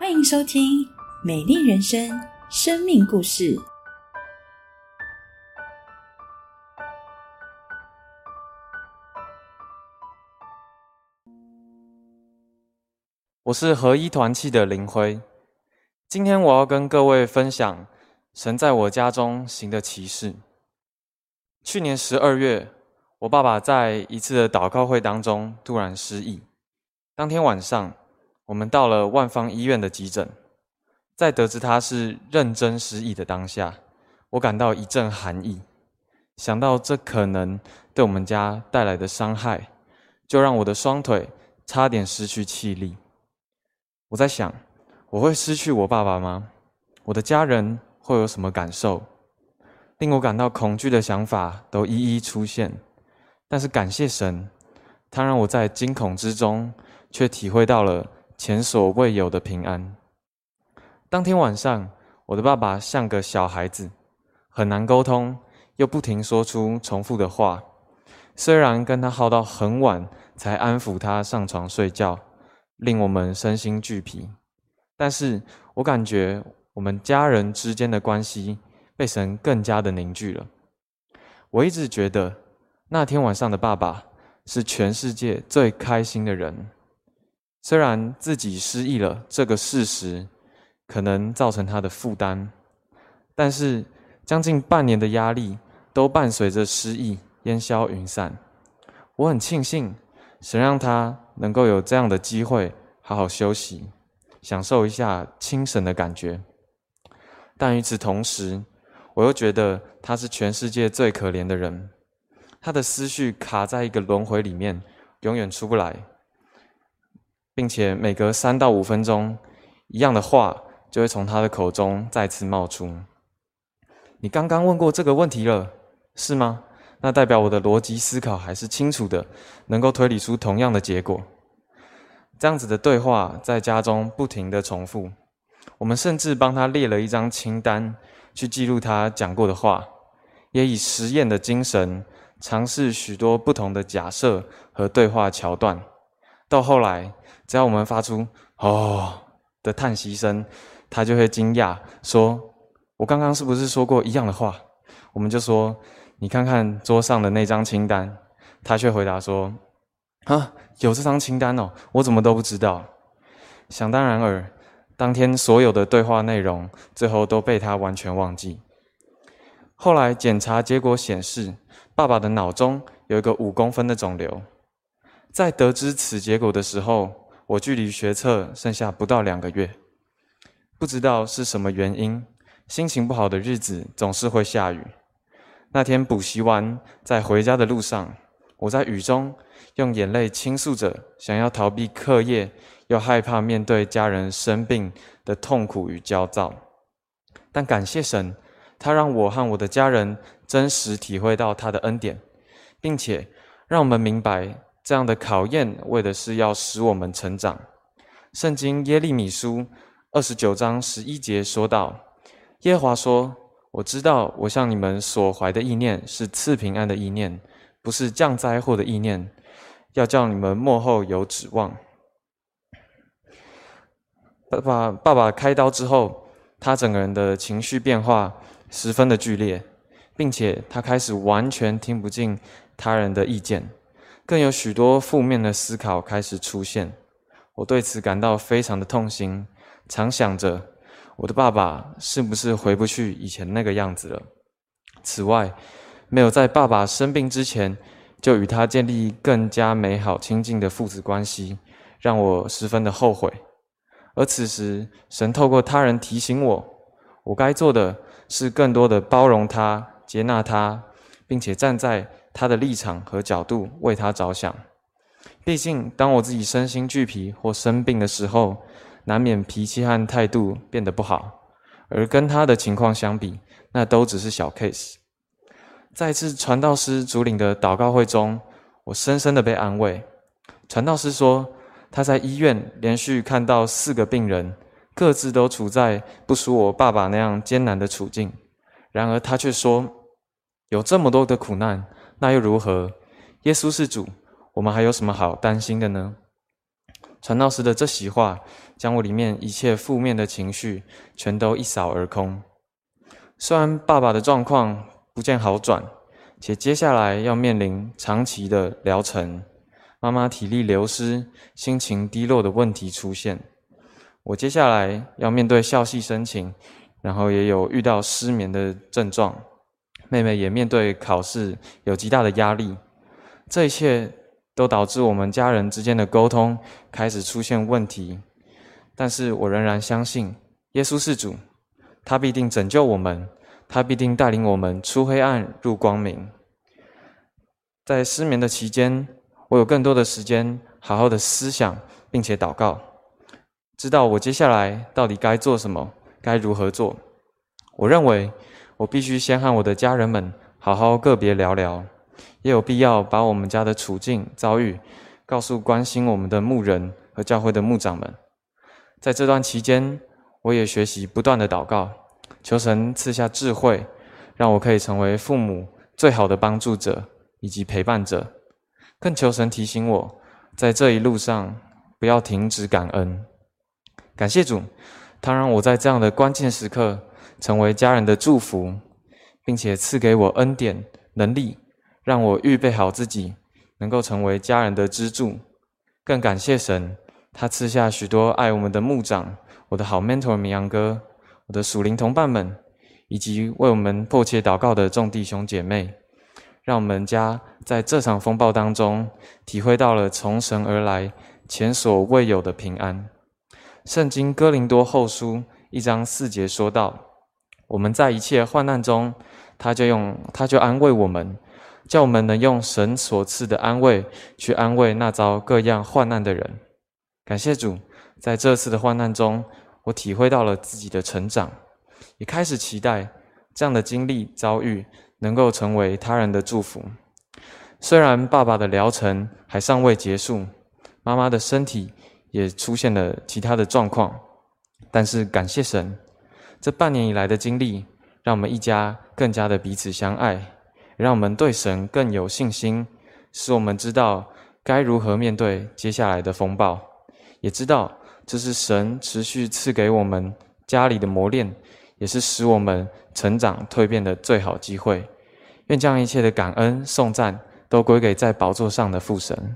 欢迎收听美丽人生生命故事。 我是合一团契的林辉，今天我要跟各位分享神在我家中行的奇事。去年12月，我爸爸在一次的祷告会当中突然失忆。当天晚上，我们到了万芳医院的急诊，在得知他是认真失忆的当下，我感到一阵寒意。想到这可能对我们家带来的伤害，就让我的双腿差点失去气力。我在想，我会失去我爸爸吗？我的家人会有什么感受？令我感到恐惧的想法都一一出现，但是感谢神，他让我在惊恐之中却体会到了前所未有的平安。当天晚上，我的爸爸像个小孩子，很难沟通，又不停说出重复的话。虽然跟他耗到很晚才安抚他上床睡觉，令我们身心俱疲，但是我感觉我们家人之间的关系被神更加的凝聚了。我一直觉得那天晚上的爸爸是全世界最开心的人。虽然自己失忆了这个事实可能造成他的负担，但是将近半年的压力都伴随着失忆烟消云散。我很庆幸神让他能够有这样的机会好好休息，享受一下清神的感觉。但与此同时，我又觉得他是全世界最可怜的人，他的思绪卡在一个轮回里面，永远出不来，并且每隔3到5分钟，一样的话就会从他的口中再次冒出。你刚刚问过这个问题了，是吗？那代表我的逻辑思考还是清楚的，能够推理出同样的结果。这样子的对话在家中不停的重复，我们甚至帮他列了一张清单，去记录他讲过的话，也以实验的精神尝试许多不同的假设和对话桥段。到后来，只要我们发出“哦”的叹息声，他就会惊讶说：“我刚刚是不是说过一样的话？”我们就说：“你看看桌上的那张清单。”他却回答说：“啊，有这张清单哦，我怎么都不知道。”想当然尔，当天所有的对话内容最后都被他完全忘记。后来检查结果显示，爸爸的脑中有一个5公分的肿瘤。在得知此结果的时候，我距离学测剩下不到2个月。不知道是什么原因，心情不好的日子总是会下雨。那天补习完，在回家的路上，我在雨中用眼泪倾诉着想要逃避课业，又害怕面对家人生病的痛苦与焦躁。但感谢神，他让我和我的家人真实体会到他的恩典，并且让我们明白这样的考验为的是要使我们成长。圣经耶利米书29章11节说道：“耶和华说，我知道我向你们所怀的意念是赐平安的意念，不是降灾祸的意念，要叫你们末后有指望。”爸爸开刀之后，他整个人的情绪变化十分的剧烈，并且他开始完全听不进他人的意见，更有许多负面的思考开始出现。我对此感到非常的痛心，常想着我的爸爸是不是回不去以前那个样子了。此外，没有在爸爸生病之前就与他建立更加美好亲近的父子关系，让我十分的后悔。而此时，神透过他人提醒我，我该做的是更多的包容他、接纳他，并且站在他的立场和角度为他着想。毕竟，当我自己身心俱疲或生病的时候，难免脾气和态度变得不好，而跟他的情况相比，那都只是小 case。在一次传道师主领的祷告会中，我深深的被安慰。传道师说，他在医院连续看到4个病人，各自都处在不输我爸爸那样艰难的处境。然而他却说，有这么多的苦难，那又如何？耶稣是主，我们还有什么好担心的呢？ 传道师的这席话，将我里面一切负面的情绪全都一扫而空。虽然爸爸的状况不见好转，且接下来要面临长期的疗程，妈妈体力流失、心情低落的问题出现。我接下来要面对校系申请，然后也有遇到失眠的症状，妹妹也面对考试有极大的压力。这一切都导致我们家人之间的沟通开始出现问题。但是我仍然相信耶稣是主，他必定拯救我们，他必定带领我们出黑暗入光明。在失眠的期间，我有更多的时间好好的思想并且祷告，知道我接下来到底该做什么，该如何做。我认为我必须先和我的家人们好好个别聊聊，也有必要把我们家的处境遭遇告诉关心我们的牧人和教会的牧长们。在这段期间，我也学习不断的祷告，求神赐下智慧，让我可以成为父母最好的帮助者以及陪伴者。更求神提醒我，在这一路上不要停止感恩。感谢主，他让我在这样的关键时刻成为家人的祝福，并且赐给我恩典能力，让我预备好自己能够成为家人的支柱。更感谢神，他赐下许多爱我们的牧长，我的好 mentor 明阳哥，我的属灵同伴们，以及为我们迫切祷告的众弟兄姐妹，让我们家在这场风暴当中体会到了从神而来前所未有的平安。圣经哥林多后书1章4节说道，我们在一切患难中，他就安慰我们，叫我们能用神所赐的安慰去安慰那遭各样患难的人。感谢主，在这次的患难中，我体会到了自己的成长，也开始期待这样的经历遭遇能够成为他人的祝福。虽然爸爸的疗程还尚未结束，妈妈的身体也出现了其他的状况，但是感谢神，这半年以来的经历让我们一家更加的彼此相爱，也让我们对神更有信心，使我们知道该如何面对接下来的风暴，也知道这是神持续赐给我们家里的磨练，也是使我们成长蜕变的最好机会。愿将一切的感恩颂赞都归给在宝座上的父神。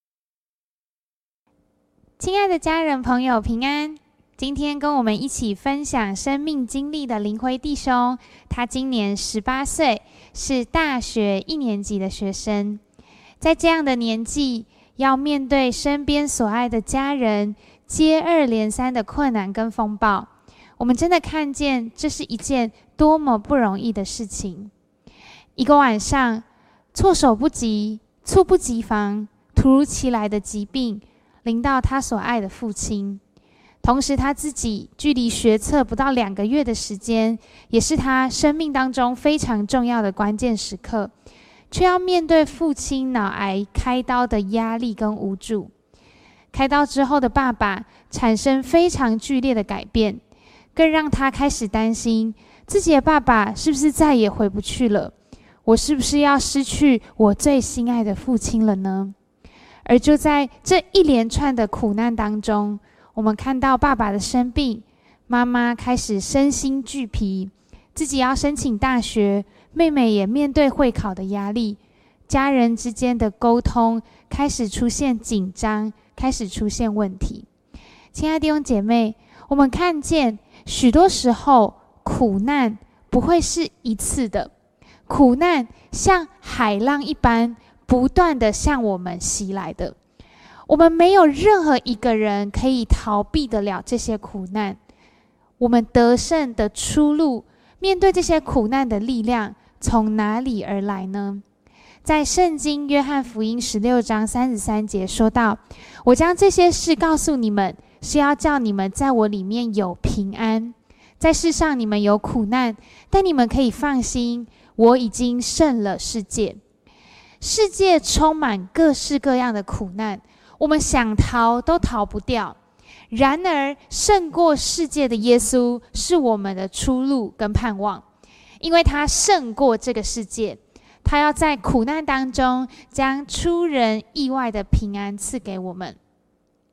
亲爱的家人朋友平安，今天跟我们一起分享生命经历的林辉弟兄，他今年18岁，是大学1年级的学生。在这样的年纪，要面对身边所爱的家人接二连三的困难跟风暴，我们真的看见这是一件多么不容易的事情。一个晚上，措手不及、猝不及防，突如其来的疾病临到他所爱的父亲，同时他自己距离学测不到2个月的时间，也是他生命当中非常重要的关键时刻，却要面对父亲脑癌开刀的压力跟无助。开刀之后的爸爸产生非常剧烈的改变，更让他开始担心自己的爸爸是不是再也回不去了，我是不是要失去我最心爱的父亲了呢？而就在这一连串的苦难当中，我们看到爸爸的生病，妈妈开始身心俱疲，自己要申请大学，妹妹也面对会考的压力，家人之间的沟通开始出现紧张，开始出现问题。亲爱的弟兄姐妹，我们看见许多时候苦难不会是一次的，苦难像海浪一般不断的向我们袭来的，我们没有任何一个人可以逃避得了这些苦难。我们得胜的出路，面对这些苦难的力量从哪里而来呢？在圣经约翰福音16章33节说到，我将这些事告诉你们，是要叫你们在我里面有平安。在世上你们有苦难，但你们可以放心，我已经胜了世界。世界充满各式各样的苦难，我们想逃都逃不掉。然而胜过世界的耶稣是我们的出路跟盼望，因为他胜过这个世界，他要在苦难当中将出人意外的平安赐给我们。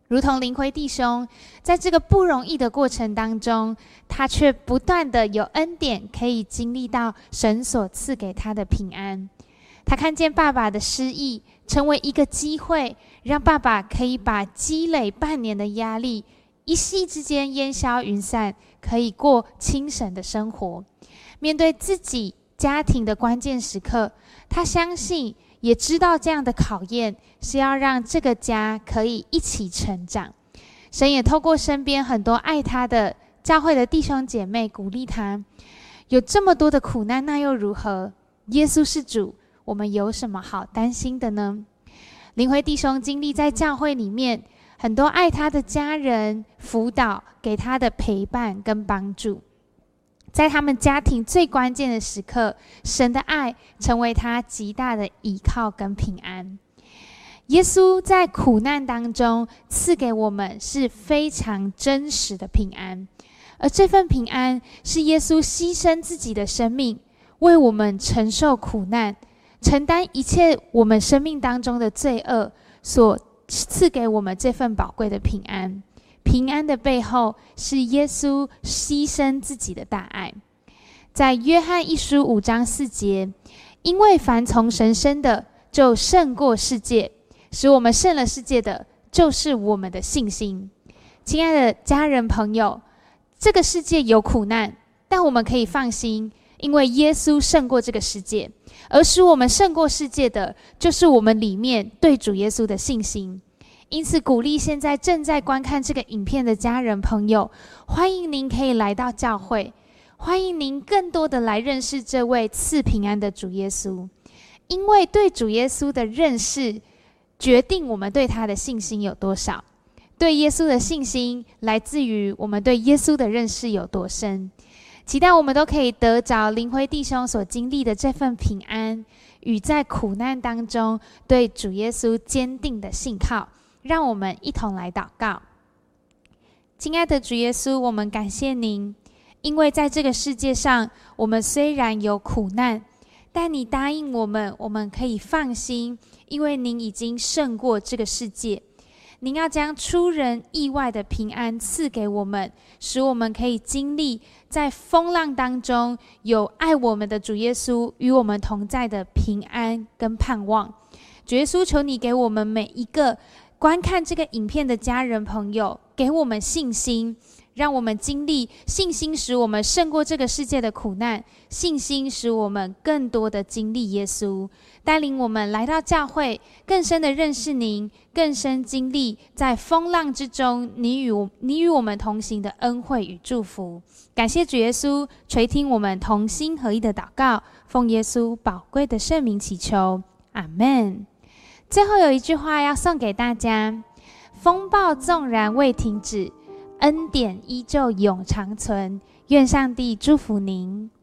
如同灵辉弟兄，在这个不容易的过程当中，他却不断的有恩典可以经历到神所赐给他的平安。他看见爸爸的失意成为一个机会，让爸爸可以把积累半年的压力一夕之间烟消云散，可以过轻省的生活。面对自己家庭的关键时刻，他相信也知道这样的考验是要让这个家可以一起成长。神也透过身边很多爱他的教会的弟兄姐妹鼓励他，有这么多的苦难，那又如何？耶稣是主，我们有什么好担心的呢？灵辉弟兄经历在教会里面很多爱他的家人辅导给他的陪伴跟帮助，在他们家庭最关键的时刻，神的爱成为他极大的依靠跟平安。耶稣在苦难当中赐给我们是非常真实的平安，而这份平安是耶稣牺牲自己的生命，为我们承受苦难，承担一切我们生命当中的罪恶，所赐给我们这份宝贵的平安。平安的背后是耶稣牺牲自己的大爱。在约翰一书5章4节，因为凡从神生的，就胜过世界，使我们胜了世界的，就是我们的信心。亲爱的家人朋友，这个世界有苦难，但我们可以放心，因为耶稣胜过这个世界，而使我们胜过世界的，就是我们里面对主耶稣的信心。因此鼓励现在正在观看这个影片的家人朋友，欢迎您可以来到教会，欢迎您更多的来认识这位赐平安的主耶稣。因为对主耶稣的认识决定我们对他的信心有多少，对耶稣的信心来自于我们对耶稣的认识有多深。期待我们都可以得着灵辉弟兄所经历的这份平安，与在苦难当中对主耶稣坚定的信靠。让我们一同来祷告。亲爱的主耶稣，我们感谢您，因为在这个世界上，我们虽然有苦难，但你答应我们，我们可以放心，因为您已经胜过这个世界。您要将出人意外的平安赐给我们，使我们可以经历在风浪当中有爱我们的主耶稣与我们同在的平安跟盼望。主耶稣，求你给我们每一个观看这个影片的家人朋友，给我们信心，让我们经历信心，使我们胜过这个世界的苦难，信心使我们更多的经历耶稣，带领我们来到教会，更深的认识您，更深经历在风浪之中你与我们同行的恩惠与祝福。感谢主耶稣，垂听我们同心合一的祷告，奉耶稣宝贵的圣名祈求，阿们。最后有一句话要送给大家：风暴纵然未停止，恩典依旧永长存。愿上帝祝福您。